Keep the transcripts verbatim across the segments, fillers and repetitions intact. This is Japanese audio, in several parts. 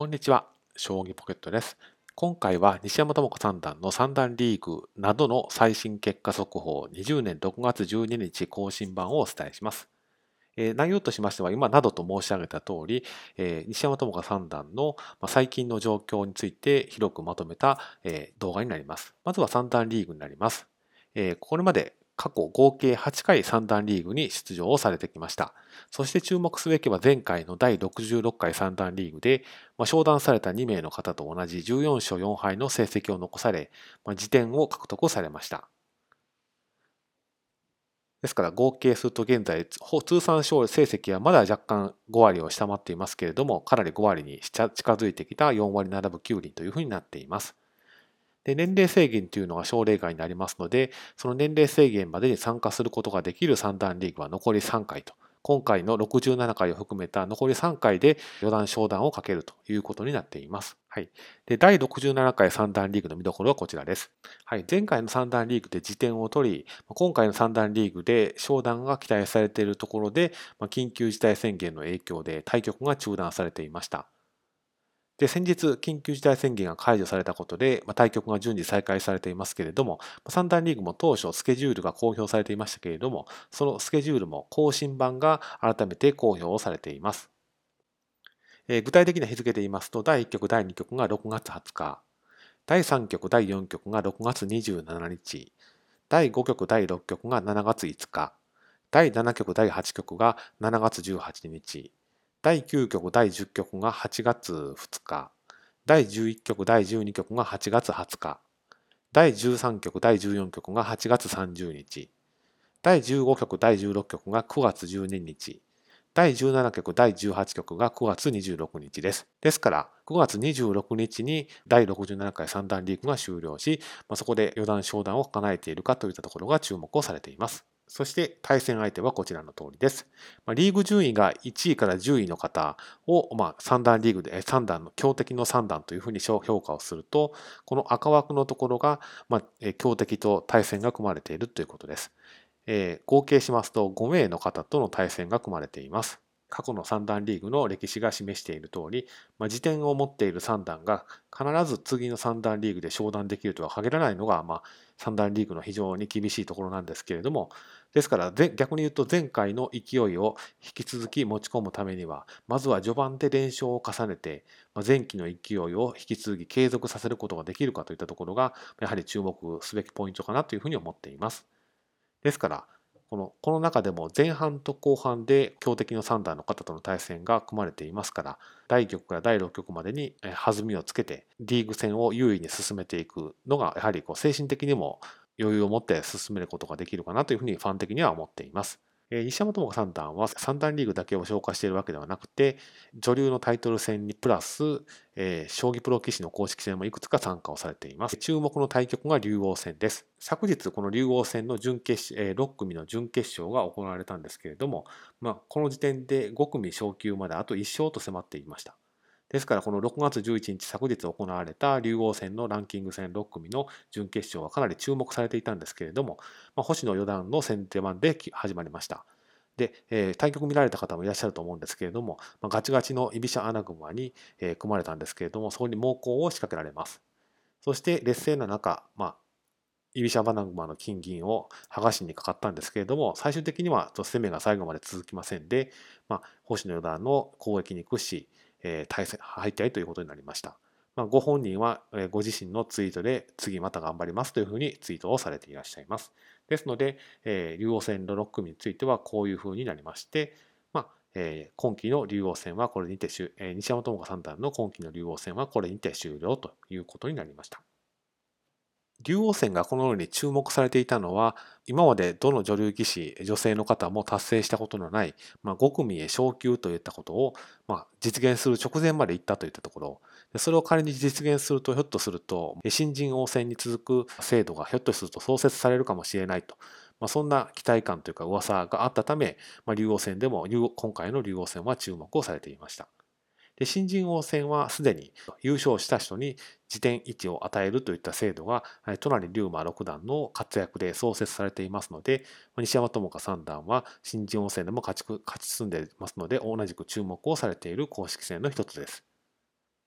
こんにちは、将棋ポケットです。今回は西山智子三段の三段リーグなどの最新結果速報にじゅうねんろくがつじゅうににち更新版をお伝えします。えー内容としましては、今などと申し上げた通り、えー西山智子三段のまあ最近の状況について広くまとめた、えー動画になります。まずは三段リーグになります。えーこれまで過去合計はちかい三段リーグに出場をされてきました。そして注目すべきは前回のだいろくじゅうろっかい三段リーグで、まあ、昇段されたにめいの方と同じじゅうよんしょうよんはいの成績を残され、まあ、次点を獲得されました。ですから合計すると現在、通算勝利成績はまだ若干ごわりを下回っていますけれども、かなりごわりに近づいてきたよんわりななぶきゅうりんというふうになっています。で、年齢制限というのが奨励会になりますので、その年齢制限までに参加することができる三段リーグは残りさんかいと。今回のろくじゅうななかいを含めた残りさんかいで四段昇段をかけるということになっています。はい。で、だいろくじゅうななかい三段リーグの見どころはこちらです。はい。前回の三段リーグで次点を取り、今回の三段リーグで昇段が期待されているところで、緊急事態宣言の影響で対局が中断されていました。で、先日、緊急事態宣言が解除されたことで、まあ、対局が順次再開されていますけれども、三段リーグも当初スケジュールが公表されていましたけれども、そのスケジュールも更新版が改めて公表されています。えー具体的な日付で言いますと、だいいっきょく、だいにきょくがろくがつはつか、だいさんきょく、だいよんきょくがろくがつにじゅうしちにち、だいごきょく、だいろっきょくがしちがついつか、だいななきょく、だいはちきょくがしちがつじゅうはちにち、だいきゅうきょく、だいじゅっきょくがはちがつふつか、だいじゅういっきょく、だいじゅうにきょくがはちがつはつか、だいじゅうさんきょく、だいじゅうよんきょくがはちがつさんじゅうにち、だいじゅうごきょく、だいじゅうろっきょくがくがつじゅうににち、だいじゅうななきょく、だいじゅうはちきょくがくがつにじゅうろくにちです。ですから、くがつにじゅうろくにちにだいろくじゅうななかい三段リーグが終了し、まあ、そこで四段昇段を叶えているかといったところが注目をされています。そして対戦相手はこちらの通りです。まあ、リーグ順位がいちいからじゅういの方を、まあ、三段リーグでさん段の強敵のさん段というふうに評価をすると、この赤枠のところが、まあ、強敵と対戦が組まれているということです。えー合計しますとごめいの方との対戦が組まれています。過去の三段リーグの歴史が示している通り、まあ、時点を持っているさん段が必ず次の三段リーグで昇段できるとは限らないのが、まあ、三段リーグの非常に厳しいところなんですけれども、ですから逆に言うと前回の勢いを引き続き持ち込むためには、まずは序盤で連勝を重ねて、まあ、前期の勢いを引き続き継続させることができるかといったところが、やはり注目すべきポイントかなというふうに思っています。ですから、このこの中でも前半と後半で強敵のさん段の方との対戦が組まれていますから、だいいっきょくからだいろっきょくまでに弾みをつけてリーグ戦を優位に進めていくのが、やはりこう精神的にも余裕を持って進めることができるかなというふうにファン的には思っています。西山智子三段は三段リーグだけを消化しているわけではなくて、女流のタイトル戦にプラス、えー将棋プロ棋士の公式戦もいくつか参加をされています。注目の対局が竜王戦です。昨日この竜王戦の準決、えーろっくみの準決勝が行われたんですけれども、まあ、この時点でごくみ昇級まであといっ勝と迫っていました。ですからこのろくがつじゅういちにち昨日行われた竜王戦のランキング戦ろっくみの準決勝はかなり注目されていたんですけれども、まあ、星野四段の先手番で始まりました。で、えー対局見られた方もいらっしゃると思うんですけれども、まあ、ガチガチの居飛車穴熊に、えー組まれたんですけれども、そこに猛攻を仕掛けられます。そして劣勢な中、まあ、居飛車穴熊の金銀を剥がしにかかったんですけれども、最終的には攻めが最後まで続きませんで、まあ、星野四段の攻撃に屈し、えー対戦敗退ということになりました。まあ、ご本人はご自身のツイートで次また頑張りますというふうにツイートをされていらっしゃいます。ですので、えー竜王戦のろっくみについてはこういうふうになりまして、まあえー今期の竜王戦はこれにて終、えー西山智子三段の今期の竜王戦はこれにて終了ということになりました。竜王戦がこのように注目されていたのは、今までどの女流棋士、女性の方も達成したことのない、まあ、ご組へ昇級といったことを、まあ、実現する直前まで行ったといったところ、それを仮に実現すると、ひょっとすると、新人王戦に続く制度がひょっとすると創設されるかもしれないと、まあ、そんな期待感というか噂があったため、まあ、竜王戦でも、今回の竜王戦は注目をされていました。で、新人王戦はすでに優勝した人に次点いちを与えるといった制度が、隣龍馬六段の活躍で創設されていますので、西山智香三段は新人王戦でも勝ち勝ち進んでいますので、同じく注目をされている公式戦の一つです。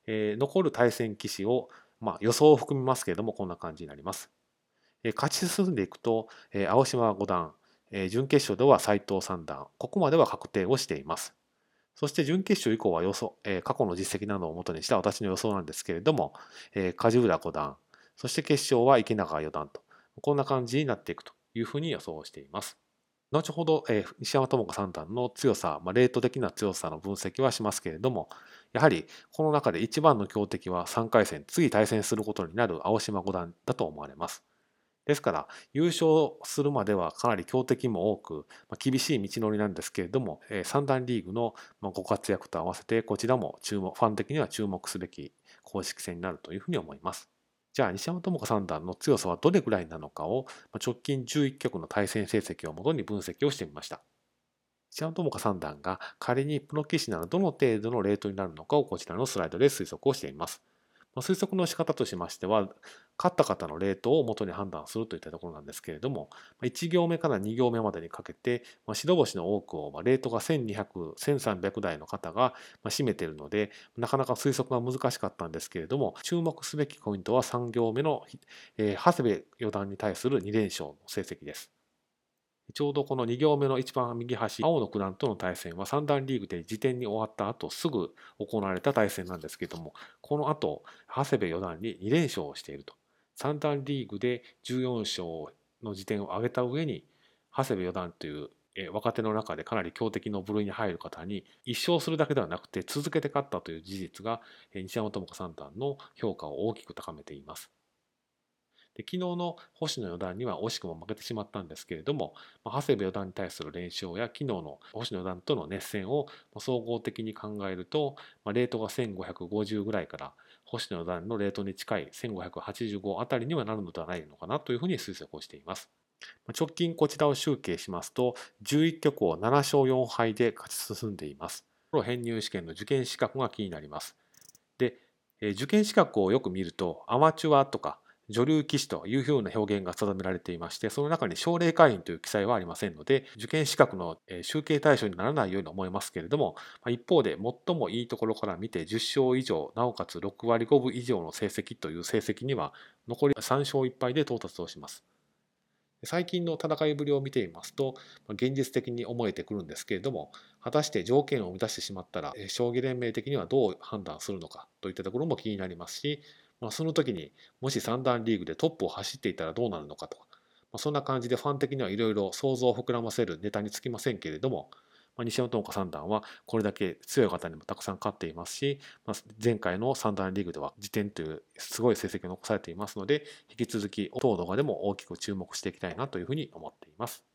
えー残る対戦棋士を、まあ、予想を含みますけれども、こんな感じになります。えー勝ち進んでいくと、えー青島五段、えー準決勝では斎藤三段、ここまでは確定をしています。そして準決勝以降は予想、えー過去の実績などをもとにした私の予想なんですけれども、えー梶浦五段、そして決勝は池永四段と、こんな感じになっていくというふうに予想をしています。後ほど、えー西山智子三段の強さ、まあ、レート的な強さの分析はしますけれども、やはりこの中で一番の強敵はさんかい戦、次対戦することになる青島五段だと思われます。ですから、優勝するまではかなり強敵も多く、まあ、厳しい道のりなんですけれども、えー三段リーグのご活躍と合わせて、こちらも注目、ファン的には注目すべき公式戦になるというふうに思います。じゃあ、西山智子三段の強さはどれぐらいなのかを、直近じゅういっきょくの対戦成績をもとに分析をしてみました。西山智子三段が仮にプロ棋士ならどの程度のレートになるのかをこちらのスライドで推測をしています。推測の仕方としましては、勝った方のレートを元に判断するといったところなんですけれども、いち行目からに行目までにかけて、白星の多くをレートがせんにひゃく、せんさんびゃく台の方が占めているので、なかなか推測が難しかったんですけれども、注目すべきポイントはさん行目の、えー長谷部四段に対するに連勝の成績です。ちょうどこのに行目の一番右端、青野九段との対戦は三段リーグで次点に終わった後すぐ行われた対戦なんですけども、この後、長谷部四段にに連勝をしていると。三段リーグでじゅうよん勝の時点を上げた上に、長谷部四段という若手の中でかなり強敵の部類に入る方にいっ勝するだけではなくて続けて勝ったという事実が西山智子三段の評価を大きく高めています。で昨日の星野四段には惜しくも負けてしまったんですけれども、長谷部四段に対する連勝や昨日の星野四段との熱戦を総合的に考えると、レートがせんごひゃくごじゅうぐらいから星野四段のレートに近いせんごひゃくはちじゅうごあたりにはなるのではないのかなというふうに推測をしています。直近こちらを集計しますと、じゅういっ局をなな勝よん敗で勝ち進んでいます。プロ編入試験の受験資格が気になります。で、受験資格をよく見ると、アマチュアとか女流棋士というふうな表現が定められていまして、その中に奨励会員という記載はありませんので、受験資格の集計対象にならないように思いますけれども、一方で最もいいところから見てじゅっ勝以上、なおかつろく割ごぶ以上の成績という成績には、残りさん勝いっ敗で到達をします。最近の戦いぶりを見ていますと、現実的に思えてくるんですけれども、果たして条件を満たしてしまったら、将棋連盟的にはどう判断するのかといったところも気になりますし、まあ、その時にもし三段リーグでトップを走っていたらどうなるのかとか、まあ、そんな感じでファン的にはいろいろ想像を膨らませるネタにつきませんけれども、まあ、西山智子三段はこれだけ強い方にもたくさん勝っていますし、まあ、前回の三段リーグでは次点というすごい成績を残されていますので、引き続き当動画でも大きく注目していきたいなというふうに思っています。